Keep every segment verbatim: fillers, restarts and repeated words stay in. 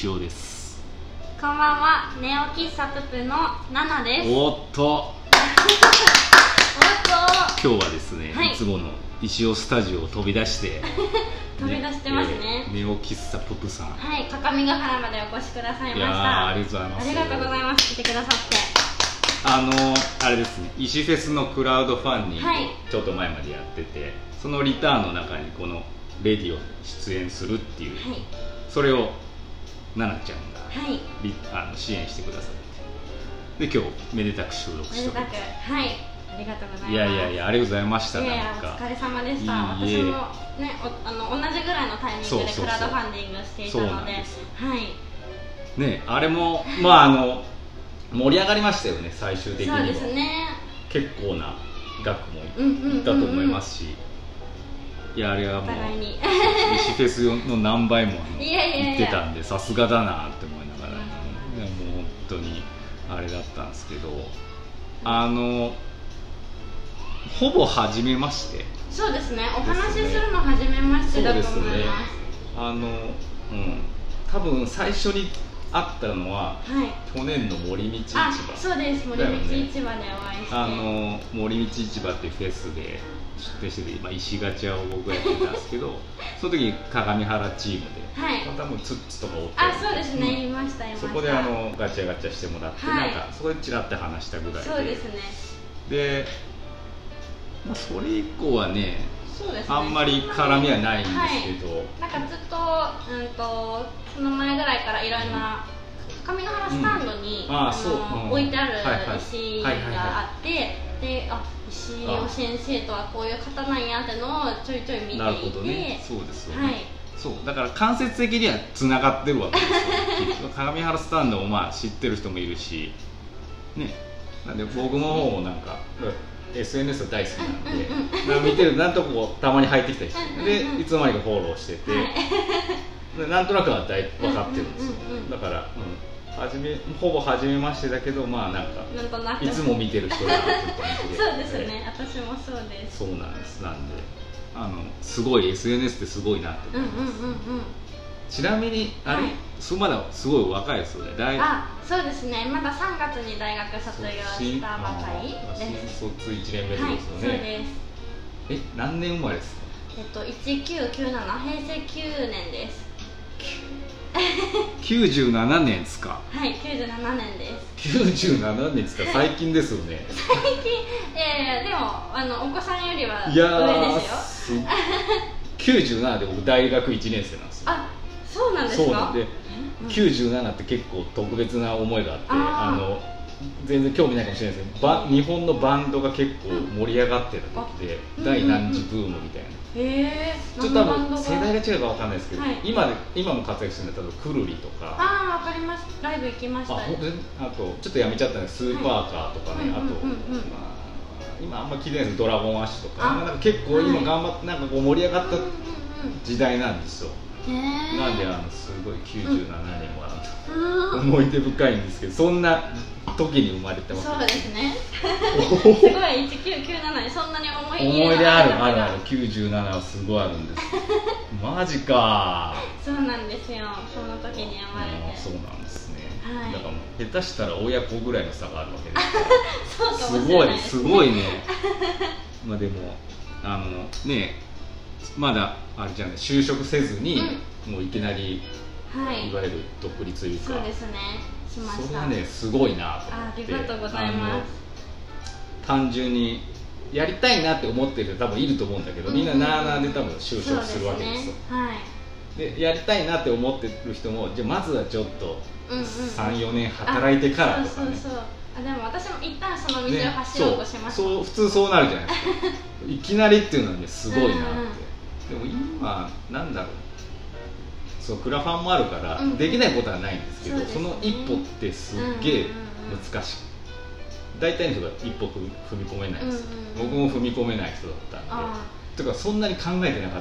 石尾です。 こんばんは、ネオ喫茶ププのナナです。 おっとおっと今日はですね、はい、いつもの石尾スタジオを飛び出して飛び出してますね、 えー、ネオ喫茶ププさん、 はい、各務原までお越しくださいました。いやー、ありがとうございます。 ありがとうございます。来てくださって、 あのー、あれですね、石フェスのクラウドファンディング、 はい、 ちょっと前までやってて、そのリターンの中にこのレディを出演するっていう、はい、それをナナちゃんが、はい、あの支援してくださってで今日めでたく収録しております。めでたく、はい、ありがとうございます。 いやいやいや、ありがとうございました。 いやいや、お疲れ様でした。いい私もね、あの同じぐらいのタイミングでクラウドファンディングしていたので、はい。 ね、あれもまああの盛り上がりましたよね、最終的には。 そうですね。結構な額もいったと思いますし、いやあれはもう石フェスの何倍も言ってたんで、さすがだなって思いながら、いやもう本当にあれだったんですけど、あのほぼ初めまして。 そうですね、お話しするの初めましてだと思います。そうですね、 あの、うん、多分最初に会ったのは、はい、去年の森道市場。 そうです、森道市場でお会いして、 あの森道市場っていうフェスで出店してて、まあ、石ガチャを僕がやってたんですけどその時鏡原チームで、はい、多分ツッツとかおって、 あ、そうですね、言いました言いました。 そこであのガチャガチャしてもらって、はい、なんかそこでチラッて話したぐらいで。 そうですね。 で、まあ、それ以降はね、そうですね、あんまり絡みはないんですけど、はい、 なんかずっと、うんと、その前ぐらいからいろんな上ヶ原スタンドに、うん、あの、うん、置いてある石があって、で、あ、石尾先生とはこういう方なんやってのをちょいちょい見ていて。 なるほどね、そうですよね、はい、そうだから間接的にはつながってるわけですよ上ヶ原スタンドもまあ知ってる人もいるしね、なんで僕の方もなんかエスエヌエス 大好きなんで、うんうん、見てるなんとこうたまに入ってきたりしてでいつの間にかフォローしてて、はい、なんとなくは大分かってるんですよ。だから、うん、はじめほぼ初めましてだけど、まあなんかなんとなくいつも見てる人だなっていう感じでそうですね、私もそうです。 そうなんです。なんであのすごい エスエヌエス ってすごいなって思います。ちなみにあれ、はい、そまだすごい若いですよね。大あ、そうですね、まださんがつに大学卒業したばかりです。 新卒いちねんめですよね。はい、そうです。え、何年生まれですか？ えっといちきゅうきゅうなな、平成きゅうねんです。 きゅうじゅうななねんですか？ はい、きゅうじゅうななねんです。 きゅうじゅうななねんですか？最近ですよね。 最近、えー、でもあのお子さんよりは上ですよ。 きゅうじゅうななで僕大学いちねん生なんですよ。 あ、そうなんですか？ そうなんで、きゅうじゅうななって結構特別な思いがあって、あの全然興味ないかもしれないですけど、バ日本のバンドが結構盛り上がってた時で、うん、第何次ブームみたいな。 へー、 ちょっと多分世代が違うかわかんないですけど、はい、今で今も活躍してるのは多分くるりとか、 ああ、わかります。ライブ行きました。あ、 本当に。あとちょっとやめちゃったんです、スーパーカーとかね、あと今あんま聞いてないですけど、ドラゴンアッシュとか、なんか結構今頑張ってなんかこう盛り上がった時代なんですよ。なんであのすごいきゅうじゅうななねんは思い出深いんですけど、そんな時に生まれてます。 そうですね。すごいいちきゅうきゅうななにそんなに思い入れ思い出あるあるある。きゅうじゅうななはすごいあるんです。マジか。 そうなんですよ。その時に生まれて。 そうなんですね。 はい、 だからもう下手したら親子ぐらいの差があるわけですから。そうかもしれないですね。すごいすごいね。まあでもあのね、まだあれじゃない、就職せずに、うん、もういきなり、はい、いわゆる独立というか、 そうですね、しました。 それはねすごいなと思って。 あ, ありがとうございます。 単純にやりたいなって思ってる人多分いると思うんだけど、みんななあなあで多分就職するわけですよ。で、やりたいなって思ってる人も、じゃあまずはちょっとさん、よねん働いてからとかね。 そうそうそう。あ、でも私も一旦その道を走ろうとしました。 ね、そう、そう普通そうなるじゃないですか。いきなりっていうのはねすごいなって。でも今なんだろう、そうクラファンもあるからできないことはないんですけど、うん、そ, ね、その一歩ってすっげえ難しい。大体の人が一歩踏み込めないです。うんうんうん、僕も踏み込めない人だったんで、とかそんなに考えてなかった。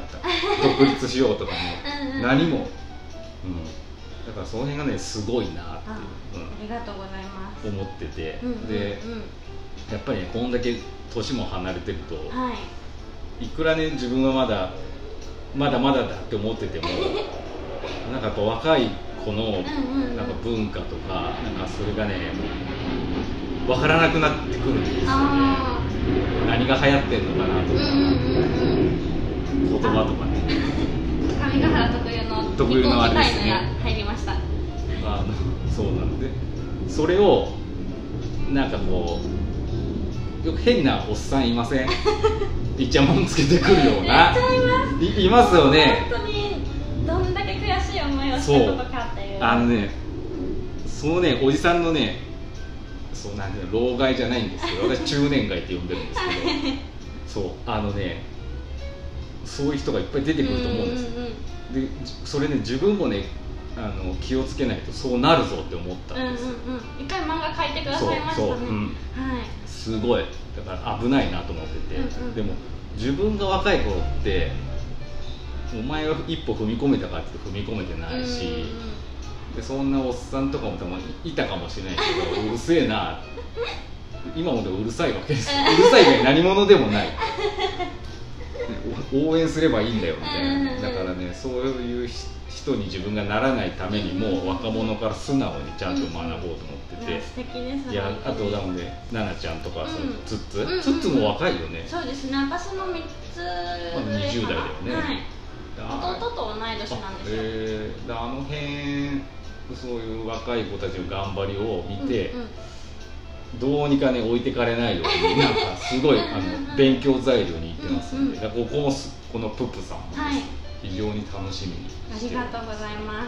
独立しようとかも何も、うん、だからその辺がねすごいなっていう、うん、ありがとうございます。 思ってて、うんうんうん、でやっぱりねこんだけ年も離れてると、はい、いくらね自分はまだまだまだだって思っててもなんかやっぱ若いこのなんか文化とかなんかそれがね分からなくなってくるんですよね。何が流行ってんのかなとか、言葉とかね。 上ヶ原特有の特有のあれですね。 入りました。 あのそうなんで、それをなんかこうよく変なおっさんいません？イチャモンつけてくるような。い, いますよね。 本当にどんだけ悔しい思いをしたことかっていう。 あのね、そのねおじさんのね。そうなんていうの老害じゃないんですけど、私中年街って呼んでるんですけどそうあのねそういう人がいっぱい出てくると思うんですよ。でそれね自分もねあの気をつけないとそうなるぞって思ったんですよ。 うんうんうん、一回漫画描いてくださいましたね。そうそう、うん、はい、 すごいだから危ないなと思ってて、うんうん、でも自分が若い頃ってお前は一歩踏み込めたかって踏み込めてないし、うんうんでそんなおっさんとかもたまにいたかもしれないけどうるせえな今もでもうるさいわけですよ。うるさい以外何者でもない応援すればいいんだよみたいな。だからねそういう人に自分がならないためにも若者から素直にちゃんと学ぼうと思ってて、 いや素敵ですね。 いやあとなので奈々ちゃんとかそのツッツツッツも若いよね。 そうですね、私のみっつまだにじゅう代だよね、 はい、弟と同い年なんですよ。 えー、あの辺そういう若い子たちの頑張りを見て、うんうん、どうにかね置いてかれないようになんかすごいあの勉強材料にいってますので、うんうん、ここもこのプップさんも、はい、非常に楽しみにしてありがとうございます。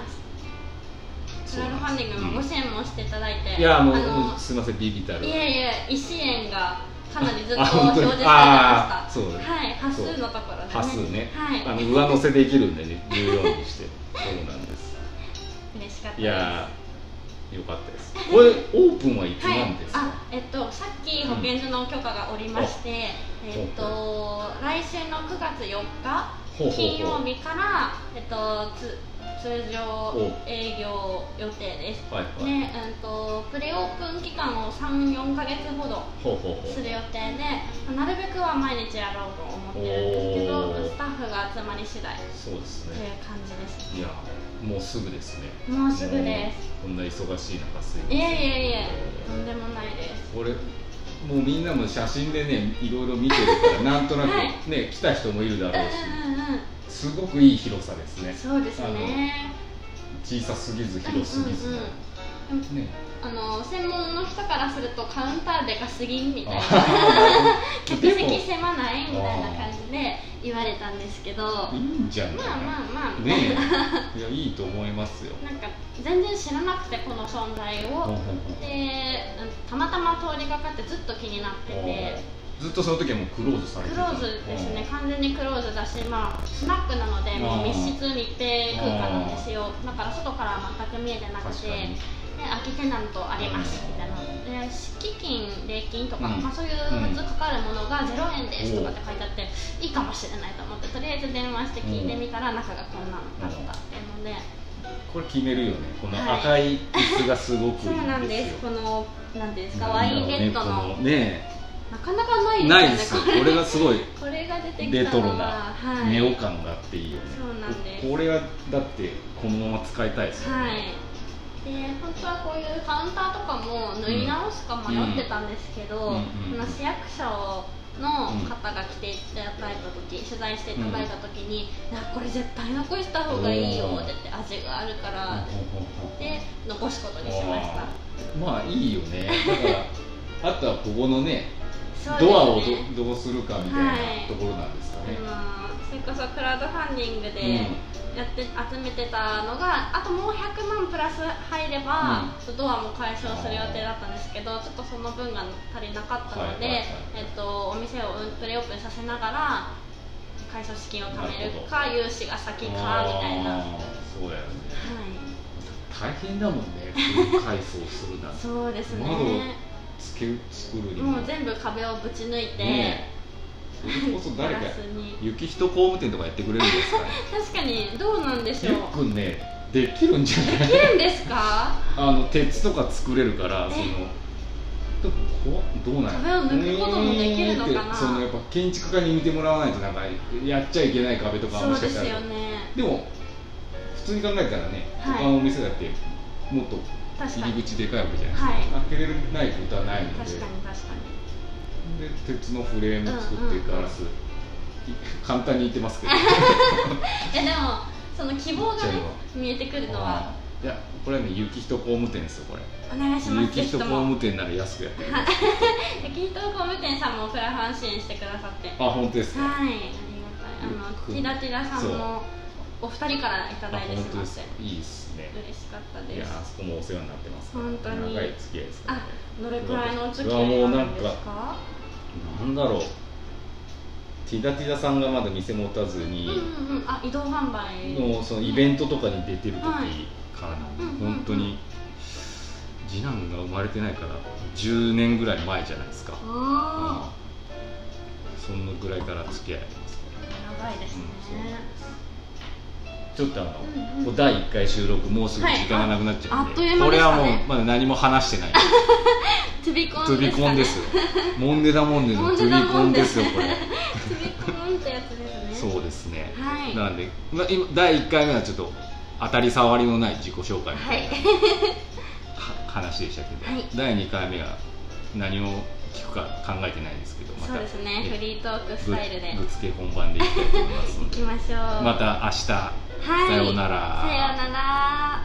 クラウドファンディングもご支援もしていただいて、 うん、いやもうすみませんビビたるいえいえ医師園がかなりずっと表示されてました。そうです、はい、端数のところでね、 端数ね、はい、あの上乗せできるんでねじゅうよんにしてそうなんです。 嬉しかったです。 いやよかったです。これオープンはいつなんですか？はい、 あえっとさっき保健所の許可がおりまして、うん、えっと来週のくがつよっか金曜日からえっとつ通常営業予定です。はいはい、で、うんとプレオープン期間をさん、よんかげつほどする予定で、なるべくは毎日やろうと思ってるんですけど、スタッフが集まり次第そうですねという感じです。 いやもうすぐですね。 もうすぐです。 こんな忙しい中すいません。 いえいえいえとんでもないです。 これもうみんなも写真でねいろいろ見てるからなんとなくね、はい、来た人もいるだろうし、うんうんうん、すごくいい広さですね。 そうですね。 小さすぎず広すぎず、うんうんうんね、あの専門の人からするとカウンターでかすぎんみたいな客席狭ないみたいな感じで言われたんですけど、 いいんじゃない。 まあまあまあねいやいいと思いますよ。 なんか全然知らなくてこの存在をでたまたま通りがかってずっと気になってて。 ずっとその時はもうクローズされてた。 クローズですね、完全にクローズだし、まあ、スナックなのでもう密室密閉空間なんですよ。だから外から全く見えてなくて、で空きテナントありますみたいなで敷金、礼金とか、うんまあ、そういう普通かかるものがゼロえんですとかって書いてあっていいかもしれないと思ってとりあえず電話して聞いてみたら中がこんなのだったっていうので、 これ決めるよね。この赤い椅子がすごくいいんですよ。そうなんです。 このなんていうんですか、ワインレッドのねなかなかないですよね。 ないですよ。これがすごいこれが出てきたのはレトロなネオ感があっていいよね。 そうなんです。 これはだってこのまま使いたいですよね。 はい。で本当はこういうカウンターとかも縫い直すか迷ってたんですけど、うんうんうん、市役所の方が来ていただいた時、取材していただいた時に、うん、これ絶対残した方がいいよって言って味があるからで残すことにしました。 まあいいよね。だからあとはここのねドアを ど, どうするかみたいなところなんですかね。 はい、それこそクラウドファンディングでやって、うん、集めてたのがあともうひゃくまんプラス入れば、うん、ドアも解消する予定だったんですけどちょっとその分が足りなかったので、はいはいはいえっと、お店をプレオープンさせながら解消資金を貯めるか融資が先かみたいな。 そうやよね、 はい、 大変だもんね改装するなんて。 そうですね。 窓つけ作るにももう全部壁をぶち抜いて、ね、 それこそ誰か雪人工務店とかやってくれるんですかね。 確かにどうなんでしょう。 ゆっくんねできるんじゃない。 できるんですか。 あの鉄とか作れるからそのこどうなん壁を抜くこともできるのかな。 そのやっぱ建築家に見てもらわないとなんかやっちゃいけない壁とかもしかしたら。 そうですよね。 でも普通に考えたらね、他のお店だってもっと入り口でかいわけじゃないですか。開けれないことはないので。確かに確かに。で鉄のフレーム作ってガラス、簡単に言ってますけど。いやでもその希望がね見えてくるのは。 いやこれはね雪人工務店ですよこれ。 お願いします。 雪人工務店なら安くやってる。 雪人工務店さんもクラファン支援してくださって。 あ本当ですか。 はいありがたい。あのティラティラさんもお二人からいただいてしまって。 いいですね。 嬉しかったです。いやあそこもお世話になってます。 本当に長い付き合いですから。 あどれくらいのお付き合いなんですか。 なんだろう。ティダティダさんがまだ店持たずに、 うんうんうん、あ移動販売のそのイベントとかに出てる時からなんで、はい、本当に次男が生まれてないからじゅうねんぐらい前じゃないですか。あ、うん、そんなぐらいから付き合いあります。 長いですね。 うん、ちょっとあの、うんうん、だいいっかい収録もうすぐ時間がなくなっちゃうんで、 はい、 これはもうまだ何も話してない。 トゥビコンですかね。 トゥビコンですよ。モンデダモンデのトゥビコンですよこれ。 トゥビコンってやつですね。 そうですね。 はい。 なので、まあ、今だいいっかいめはちょっと当たり障りのない自己紹介みたいな、はい、話でしたけど、はい、だいにかいめは何を聞くか考えてないですけど、またそうですね、フリートークスタイルでぶつけ本番でいきたいと思いますので。 行きましょう。 また明日、はい、さようなら。 さようなら。